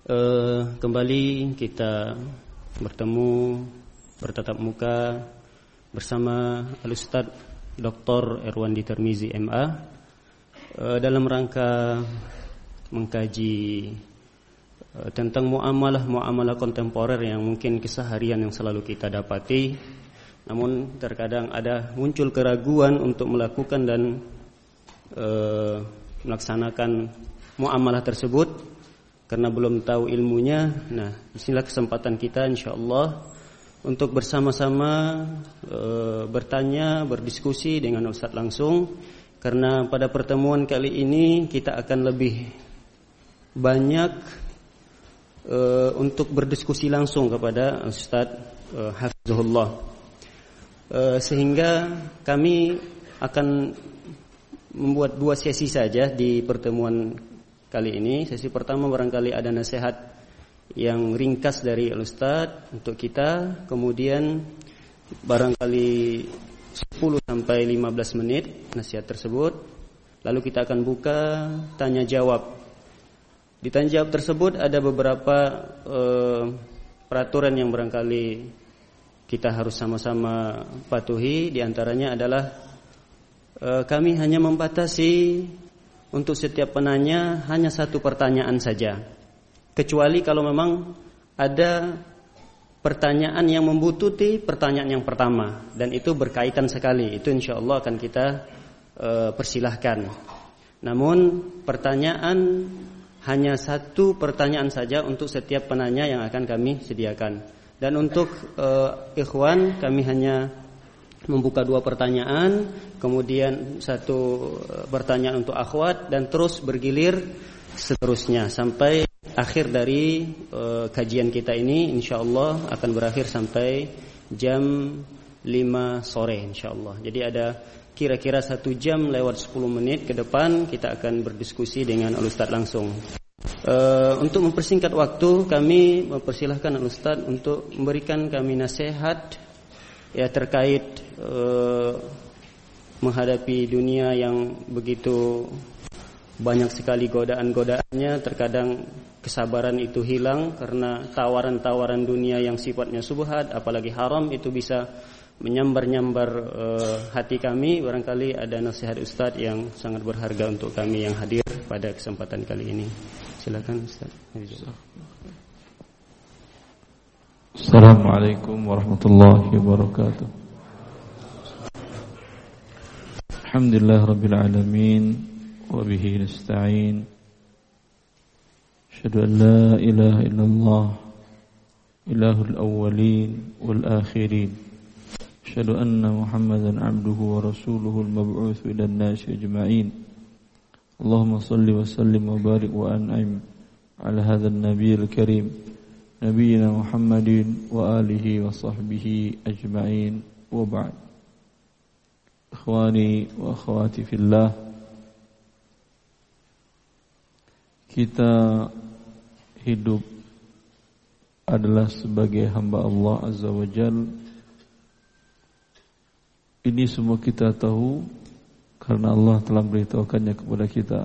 Kembali kita bertemu bertatap muka bersama Al-Ustaz Dr. Erwandi Tirmizi MA dalam rangka mengkaji tentang muamalah kontemporer yang mungkin keseharian yang selalu kita dapati, namun terkadang ada muncul keraguan untuk melakukan dan melaksanakan muamalah tersebut karena belum tahu ilmunya. Nah, disinilah kesempatan kita insyaallah untuk bersama-sama bertanya, berdiskusi dengan Ustaz langsung. Karena pada pertemuan kali ini kita akan lebih banyak untuk berdiskusi langsung kepada Ustaz Hafizahullah. Sehingga kami akan membuat 2 sesi saja di pertemuan kali ini. Sesi pertama barangkali ada nasihat yang ringkas dari Al-Ustaz untuk kita, kemudian barangkali 10 sampai 15 menit nasihat tersebut. Lalu kita akan buka tanya jawab. Di tanya jawab tersebut ada beberapa peraturan yang barangkali kita harus sama-sama patuhi. Di antaranya adalah kami hanya membatasi untuk setiap penanya hanya 1 pertanyaan saja. Kecuali kalau memang ada pertanyaan yang membutuhkan pertanyaan yang pertama dan itu berkaitan sekali, itu insyaallah akan kita persilahkan. Namun pertanyaan hanya 1 pertanyaan saja untuk setiap penanya yang akan kami sediakan. Dan untuk ikhwan kami hanya membuka 2 pertanyaan, kemudian 1 pertanyaan untuk akhwat dan terus bergilir seterusnya sampai akhir dari kajian kita ini insyaallah akan berakhir sampai jam 5 sore insyaallah. Jadi ada kira-kira 1 jam lewat 10 menit ke depan kita akan berdiskusi dengan Al-Ustaz langsung. Untuk mempersingkat waktu, kami mempersilahkan Al-Ustaz untuk memberikan kami nasihat ya terkait menghadapi dunia yang begitu banyak sekali godaan-godaannya. Terkadang kesabaran itu hilang karena tawaran-tawaran dunia yang sifatnya subhat, apalagi haram, itu bisa menyambar-nyambar hati kami. Barangkali ada nasihat Ustaz yang sangat berharga untuk kami yang hadir pada kesempatan kali ini. Silakan Ustaz. Assalamualaikum warahmatullahi wabarakatuh. Alhamdulillah rabbil alamin wa bihi nasta'in. Asyhadu an la ilaha illallah ilahul awwalin wal akhirin. Asyhadu anna Muhammadan abduhu wa rasuluhu al-mab'uts ila an-nasi ajma'in. Allahumma shalli wa sallim wa barik wa an'im ala hadzal nabiyil karim nabiyina Muhammadin wa alihi wa sahbihi ajma'in wa ba'd. Ikhwani wa akhwati fillah, kita hidup adalah sebagai hamba Allah Azza wa Jalla. Ini semua kita tahu karena Allah telah memberitahukannya kepada kita.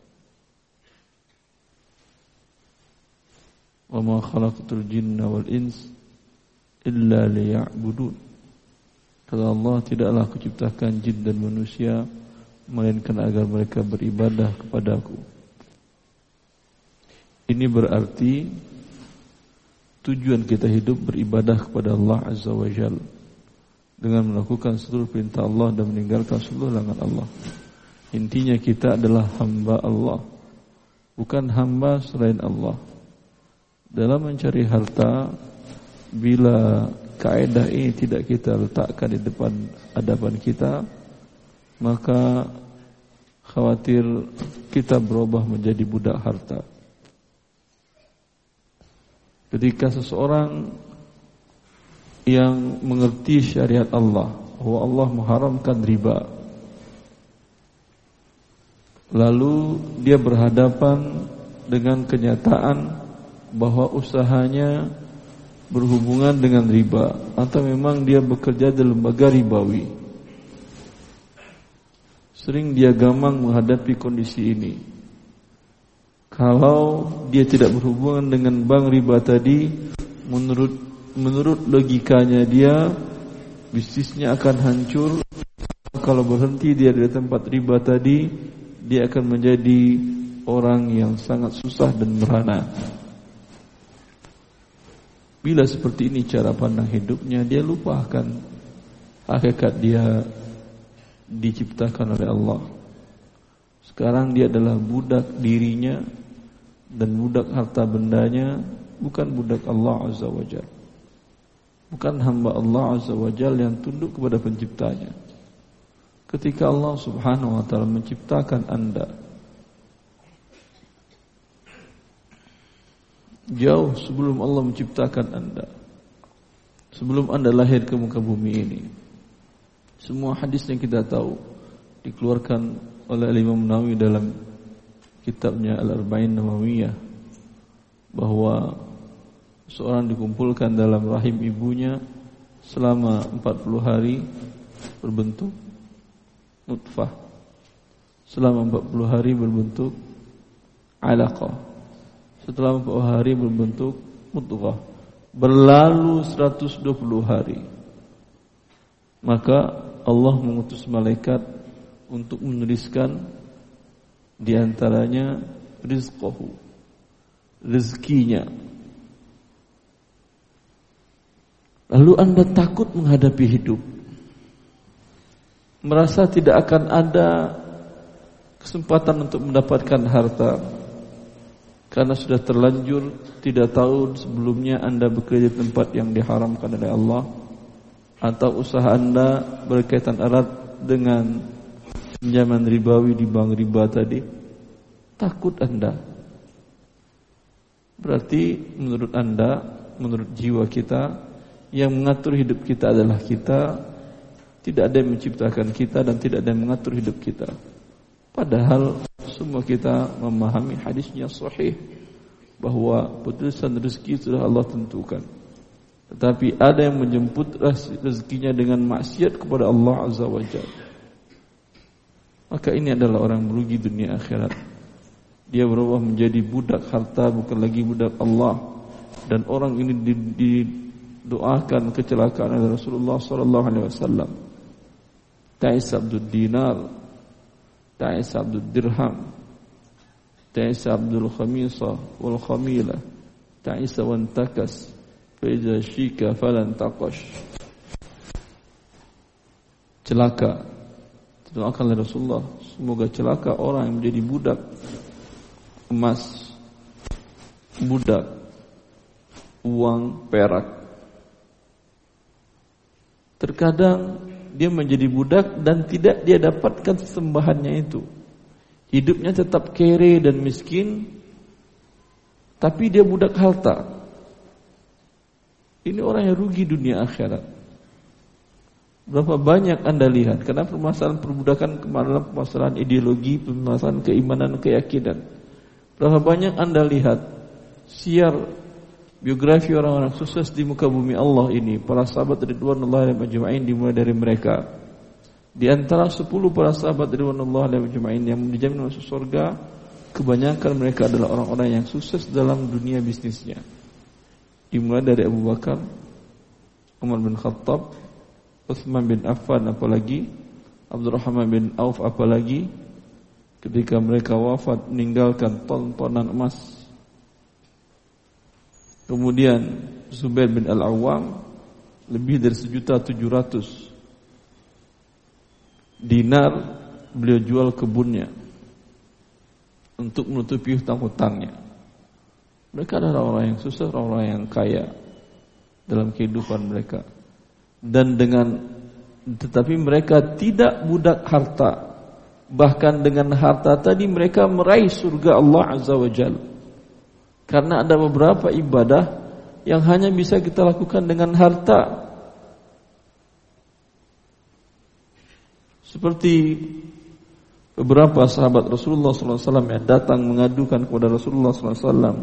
Wa ma khalaqtul jinna wal ins illa liya'budun. Kata Allah, tidaklah aku ciptakan jin dan manusia melainkan agar mereka beribadah kepadaku. Ini berarti tujuan kita hidup beribadah kepada Allah Azza wa Jalla dengan melakukan seluruh perintah Allah dan meninggalkan seluruh larangan Allah. Intinya kita adalah hamba Allah, bukan hamba selain Allah. Dalam mencari harta, bila kaidah ini tidak kita letakkan di depan hadapan kita, maka khawatir kita berubah menjadi budak harta. Ketika seseorang yang mengerti syariat Allah, bahwa Allah mengharamkan riba, lalu dia berhadapan dengan kenyataan bahwa usahanya berhubungan dengan riba atau memang dia bekerja di lembaga ribawi, sering dia gamang menghadapi kondisi ini. Kalau dia tidak berhubungan dengan bank riba tadi, menurut logikanya dia, bisnisnya akan hancur. Kalau berhenti dia dari tempat riba tadi, dia akan menjadi orang yang sangat susah dan merana. Bila seperti ini cara pandang hidupnya, dia lupakan hakikat dia diciptakan oleh Allah. Sekarang dia adalah budak dirinya dan budak harta bendanya, bukan budak Allah Azza wa Jalla. Bukan hamba Allah Azza wa Jalla yang tunduk kepada penciptanya. Ketika Allah Subhanahu wa ta'ala menciptakan Anda, jauh sebelum Allah menciptakan Anda, sebelum Anda lahir ke muka bumi ini, semua hadis yang kita tahu dikeluarkan oleh Imam Nawawi dalam kitabnya Al-Arba'in Nawawiyah, bahwa seorang dikumpulkan dalam rahim ibunya selama 40 hari berbentuk nutfah, selama 40 hari berbentuk alaqah, setelah 40 hari berbentuk mudghah. Berlalu 120 hari, maka Allah mengutus malaikat untuk menuliskan di antaranya rizqahu, rezekinya. Lalu Anda takut menghadapi hidup, merasa tidak akan ada kesempatan untuk mendapatkan harta, karena sudah terlanjur tidak tahu sebelumnya Anda bekerja di tempat yang diharamkan oleh Allah, atau usaha Anda berkaitan erat dengan pinjaman ribawi di bank riba tadi. Takut Anda. Berarti menurut Anda, menurut jiwa kita, yang mengatur hidup kita adalah kita. Tidak ada yang menciptakan kita dan tidak ada yang mengatur hidup kita. Padahal semua kita memahami hadisnya sahih, bahwa putusan rezeki sudah Allah tentukan. Tetapi ada yang menjemput rezekinya dengan maksiat kepada Allah Azza wa Jalla. Maka ini adalah orang merugi dunia akhirat. Dia berubah menjadi budak harta, bukan lagi budak Allah. Dan orang ini didoakan kecelakaan oleh Rasulullah sallallahu alaihi wasallam. Ta'is abdul dinar, ta'is abdul dirham, ta'is abdul khamisah wal khamilah, ta'is wan takas, fa iza shika falan taqash. Celaka. Doakan oleh Rasulullah, semoga celaka orang yang menjadi budak emas, budak uang perak. Terkadang dia menjadi budak dan tidak dia dapatkan sembahannya itu. Hidupnya tetap kere dan miskin, tapi dia budak harta. Ini orang yang rugi dunia akhirat. Berapa banyak Anda lihat, karena permasalahan perbudakan adalah permasalahan ideologi, permasalahan keimanan, keyakinan. Berapa banyak Anda lihat siar biografi orang-orang sukses di muka bumi Allah ini, para sahabat ridwanullahi alaihim ajma'in, dimulai dari mereka. Di antara 10 para sahabat ridwanullahi alaihim ajma'in yang dijamin masuk surga, kebanyakan mereka adalah orang-orang yang sukses dalam dunia bisnisnya. Dimulai dari Abu Bakar, Umar bin Khattab, Utsman bin Affan, apalagi Abdurrahman bin Auf, apalagi ketika mereka wafat meninggalkan ton-tonan emas. Kemudian Zubair bin Al-Awwam lebih dari 1.700.000 dinar beliau jual kebunnya untuk menutupi hutang-hutangnya. Mereka adalah orang yang susah, orang yang kaya dalam kehidupan mereka. Tetapi mereka tidak budak harta. Bahkan dengan harta tadi mereka meraih surga Allah Azza wa Jalla. Karena ada beberapa ibadah yang hanya bisa kita lakukan dengan harta. Seperti beberapa sahabat Rasulullah SAW yang datang mengadukan kepada Rasulullah SAW,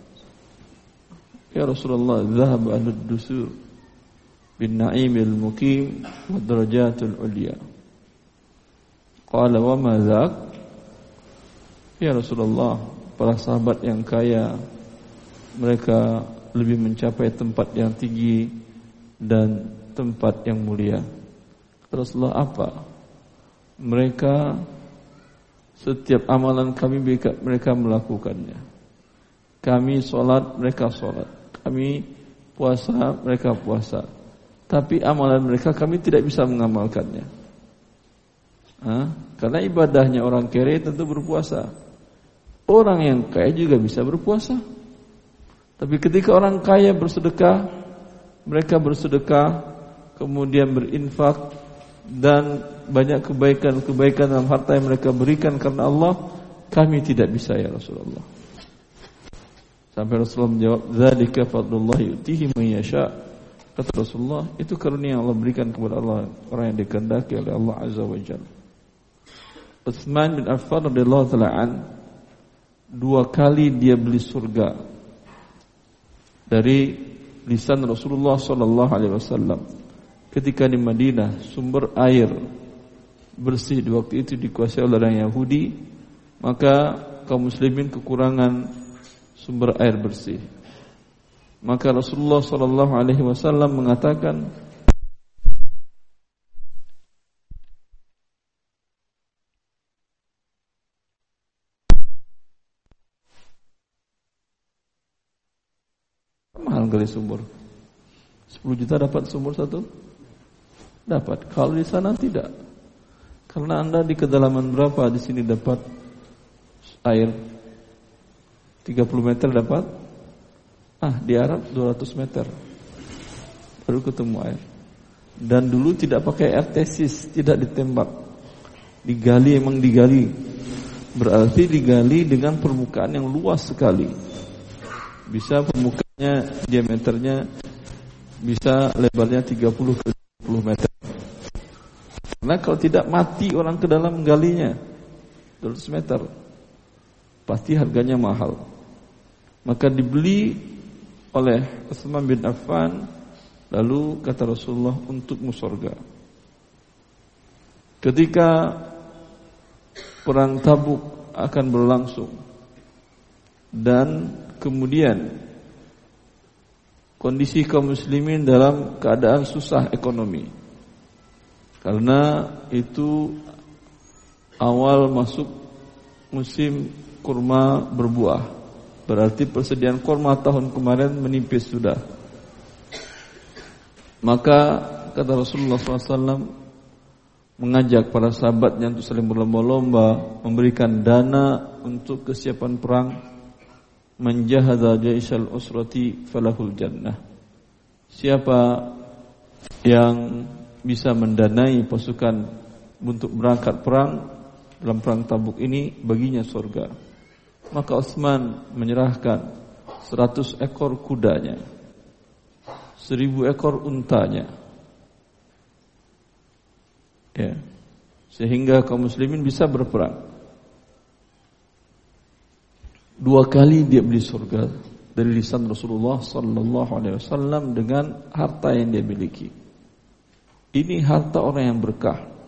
"Ya Rasulullah, dhahab ahlud dusur bin na'imil mukim wa darajatul ulia." Qala wa ma dhak? Ya Rasulullah, para sahabat yang kaya, mereka lebih mencapai tempat yang tinggi dan tempat yang mulia. Rasulullah apa? Mereka setiap amalan kami mereka melakukannya. Kami sholat, mereka sholat. Kami puasa, mereka puasa. Tapi amalan mereka kami tidak bisa mengamalkannya. Karena ibadahnya orang kere tentu berpuasa. Orang yang kaya juga bisa berpuasa. Tapi ketika orang kaya bersedekah, mereka bersedekah, kemudian berinfak, dan banyak kebaikan-kebaikan dalam harta yang mereka berikan karena Allah, kami tidak bisa ya Rasulullah. Sampai Rasulullah menjawab, "Dzalika fadlullah yu'tihi man yasha." Kata Rasulullah, itu karunia yang Allah berikan kepada orang yang dikehendaki oleh Allah Azza wa Jalla. Utsman bin Affan radhiyallahu taala an 2 kali dia beli surga dari lisan Rasulullah sallallahu alaihi wasallam. Ketika di Madinah sumber air bersih di waktu itu dikuasai oleh orang Yahudi, maka kaum muslimin kekurangan sumber air bersih. Maka Rasulullah sallallahu alaihi wasallam mengatakan, mahal gali sumur. 10 juta dapat sumur satu? Dapat. Kalau di sana tidak. Karena Anda di kedalaman berapa di sini dapat air? 30 meter dapat? Di Arab 200 meter baru ketemu air. Dan dulu tidak pakai air tesis, tidak ditembak. Digali, emang digali. Berarti digali dengan permukaan yang luas sekali. Bisa permukaannya, diameternya bisa lebarnya 30 ke 40 meter. Karena kalau tidak mati orang ke dalam menggalinya 200 meter, pasti harganya mahal. Maka dibeli oleh Utsman bin Affan, lalu kata Rasulullah untukmu surga. Ketika perang Tabuk akan berlangsung dan kemudian kondisi kaum muslimin dalam keadaan susah ekonomi, karena itu awal masuk musim kurma berbuah. Berarti persediaan kurma tahun kemarin menipis sudah. Maka kata Rasulullah SAW mengajak para sahabatnya untuk saling berlomba-lomba memberikan dana untuk kesiapan perang. Man jahadza jaishal usrati falahul jannah. Siapa yang bisa mendanai pasukan untuk berangkat perang dalam perang Tabuk ini, baginya surga. Maka Utsman menyerahkan 100 ekor kudanya, 1000 ekor untanya, ya, sehingga kaum muslimin bisa berperang. 2 kali dia beli surga dari lisan Rasulullah sallallahu alaihi wasallam dengan harta yang dia miliki. Ini harta orang yang berkah.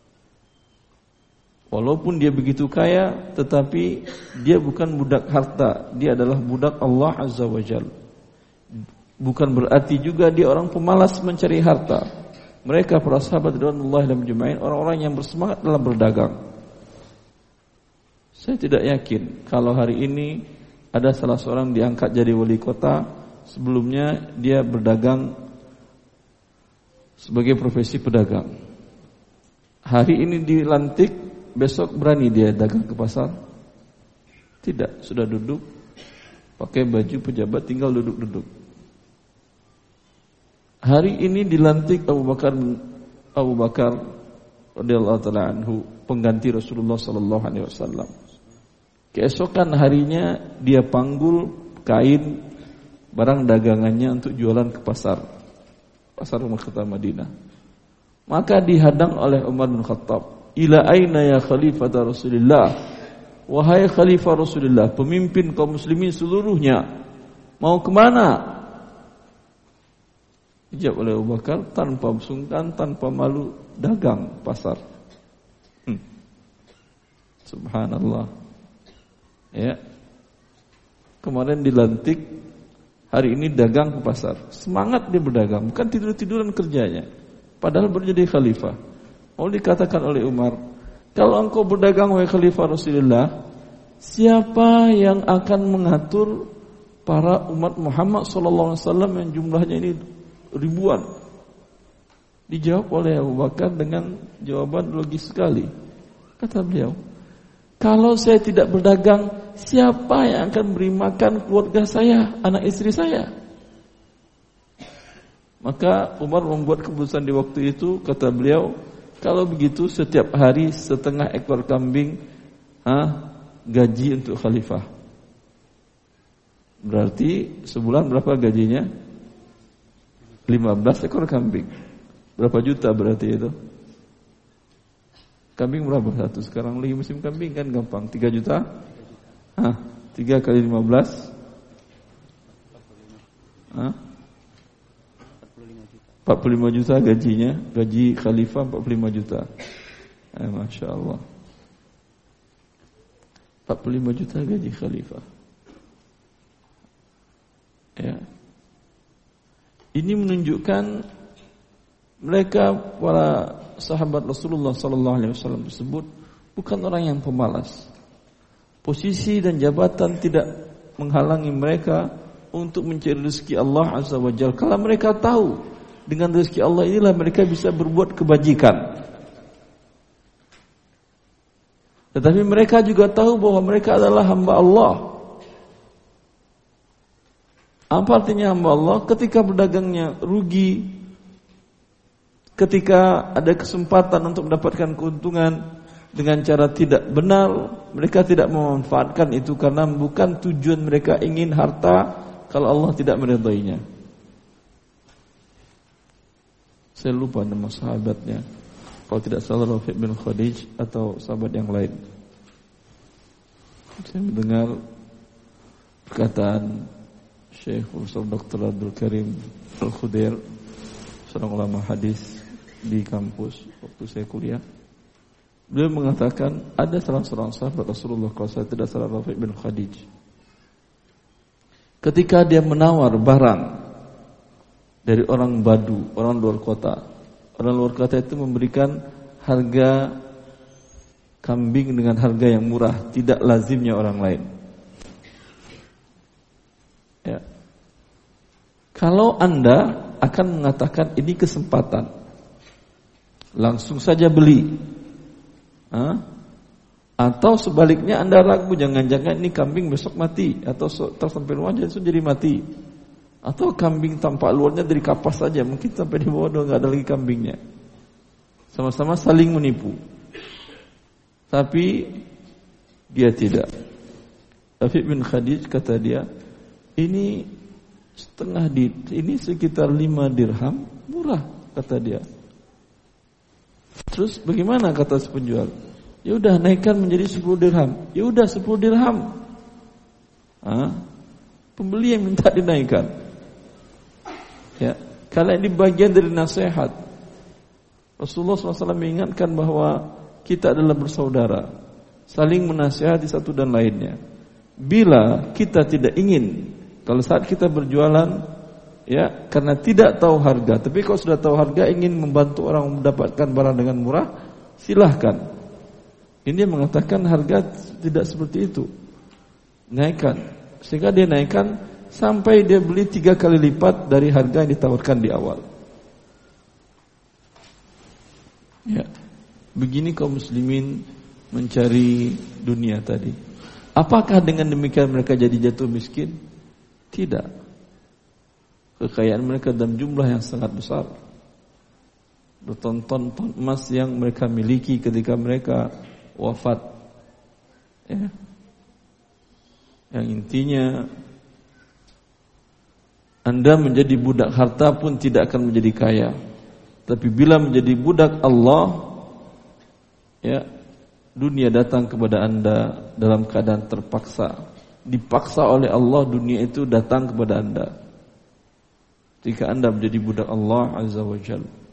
Walaupun dia begitu kaya, tetapi dia bukan budak harta, dia adalah budak Allah Azza wa Jalla. Bukan berarti juga dia orang pemalas mencari harta. Mereka para sahabat radhiyallahu anhum jemaah, orang-orang yang bersemangat dalam berdagang. Saya tidak yakin kalau hari ini ada salah seorang diangkat jadi wali kota, sebelumnya dia berdagang sebagai profesi pedagang. Hari ini dilantik, besok berani dia dagang ke pasar? Tidak, sudah duduk pakai baju pejabat, tinggal duduk-duduk. Hari ini dilantik Abu Bakar radhiyallahu taala anhu pengganti Rasulullah sallallahu alaihi wasallam. Keesokan harinya dia panggul kain barang dagangannya untuk jualan ke pasar Makkah Madinah. Maka dihadang oleh Umar bin Khattab. Ila aina ya khalifah Rasulullah, wahai khalifah Rasulullah, pemimpin kaum muslimin seluruhnya, mau kemana? Dijawab oleh Abu Bakar tanpa sungkan, tanpa malu, dagang pasar. Subhanallah. Ya, kemarin dilantik, hari ini dagang ke pasar. Semangat dia berdagang, bukan tidur-tiduran kerjanya. Padahal baru jadi khalifah. Mau dikatakan oleh Umar, kalau engkau berdagang wahai khalifah Rasulullah, siapa yang akan mengatur para umat Muhammad SAW yang jumlahnya ini ribuan? Dijawab oleh Abu Bakar dengan jawaban logis sekali. Kata beliau, kalau saya tidak berdagang, siapa yang akan beri makan keluarga saya, anak istri saya? Maka Umar membuat keputusan di waktu itu, kata beliau, kalau begitu setiap hari setengah ekor kambing gaji untuk khalifah. Berarti sebulan berapa gajinya? 15 ekor kambing. Berapa juta berarti itu? Kambing berapa satu? Sekarang lagi musim kambing kan gampang, 3 juta? 3 kali 15? 45 juta gajinya. Gaji khalifah 45 juta. Masya Allah, 45 juta gaji khalifah. Ya. Ini menunjukkan mereka para sahabat Rasulullah SAW tersebut bukan orang yang pemalas. Posisi dan jabatan tidak menghalangi mereka untuk mencari rezeki Allah Azza wa Jalla. Kalau mereka tahu dengan rezeki Allah inilah mereka bisa berbuat kebajikan. Tetapi mereka juga tahu bahwa mereka adalah hamba Allah. Apa artinya hamba Allah? Ketika berdagangnya rugi, ketika ada kesempatan untuk mendapatkan keuntungan dengan cara tidak benar, mereka tidak memanfaatkan itu karena bukan tujuan mereka ingin harta kalau Allah tidak meridainya. Saya lupa nama sahabatnya, kalau tidak salah Rafiq bin Khadij atau sahabat yang lain. Saya mendengar perkataan Syekh Profesor Dr. Abdul Karim Al-Khudair, seorang ulama hadis di kampus waktu saya kuliah. Beliau mengatakan ada salah seorang sahabat Rasulullah, kalau saya tidak salah Rafiq bin Khadij, ketika dia menawar barang dari orang Badu, orang luar kota. Orang luar kota itu memberikan harga kambing dengan harga yang murah, tidak lazimnya orang lain. Ya. Kalau Anda akan mengatakan ini kesempatan, langsung saja beli. Atau sebaliknya Anda ragu, jangan-jangan ini kambing besok mati, atau sampai rumah jadi mati. Atau kambing tampak luarnya dari kapas saja, mungkin sampai di bawah nggak ada lagi kambingnya. Sama-sama saling menipu. Tapi dia tidak. Rafiq bin Khadij kata dia, ini ini sekitar 5 dirham, murah kata dia. Terus bagaimana kata si penjual? Ya udah naikkan menjadi 10 dirham. Ya udah 10 dirham. Pembeli yang minta dinaikkan. Ya, kalau ini bagian dari nasihat. Rasulullah SAW mengingatkan bahwa kita adalah bersaudara, saling menasihati satu dan lainnya. Bila kita tidak ingin, kalau saat kita berjualan, ya, karena tidak tahu harga, tapi kalau sudah tahu harga ingin membantu orang mendapatkan barang dengan murah, silahkan. Ini mengatakan harga tidak seperti itu, naikkan, sehingga dia naikkan sampai dia beli 3 kali lipat dari harga yang ditawarkan di awal. Ya, begini kaum muslimin mencari dunia tadi. Apakah dengan demikian mereka jadi jatuh miskin? Tidak. Kekayaan mereka dalam jumlah yang sangat besar, berton-ton emas yang mereka miliki ketika mereka wafat. Ya. Yang intinya Anda menjadi budak harta pun tidak akan menjadi kaya. Tapi bila menjadi budak Allah, ya, dunia datang kepada Anda dalam keadaan terpaksa. Dipaksa oleh Allah, dunia itu datang kepada Anda. Jika Anda menjadi budak Allah Azza wa Jalla.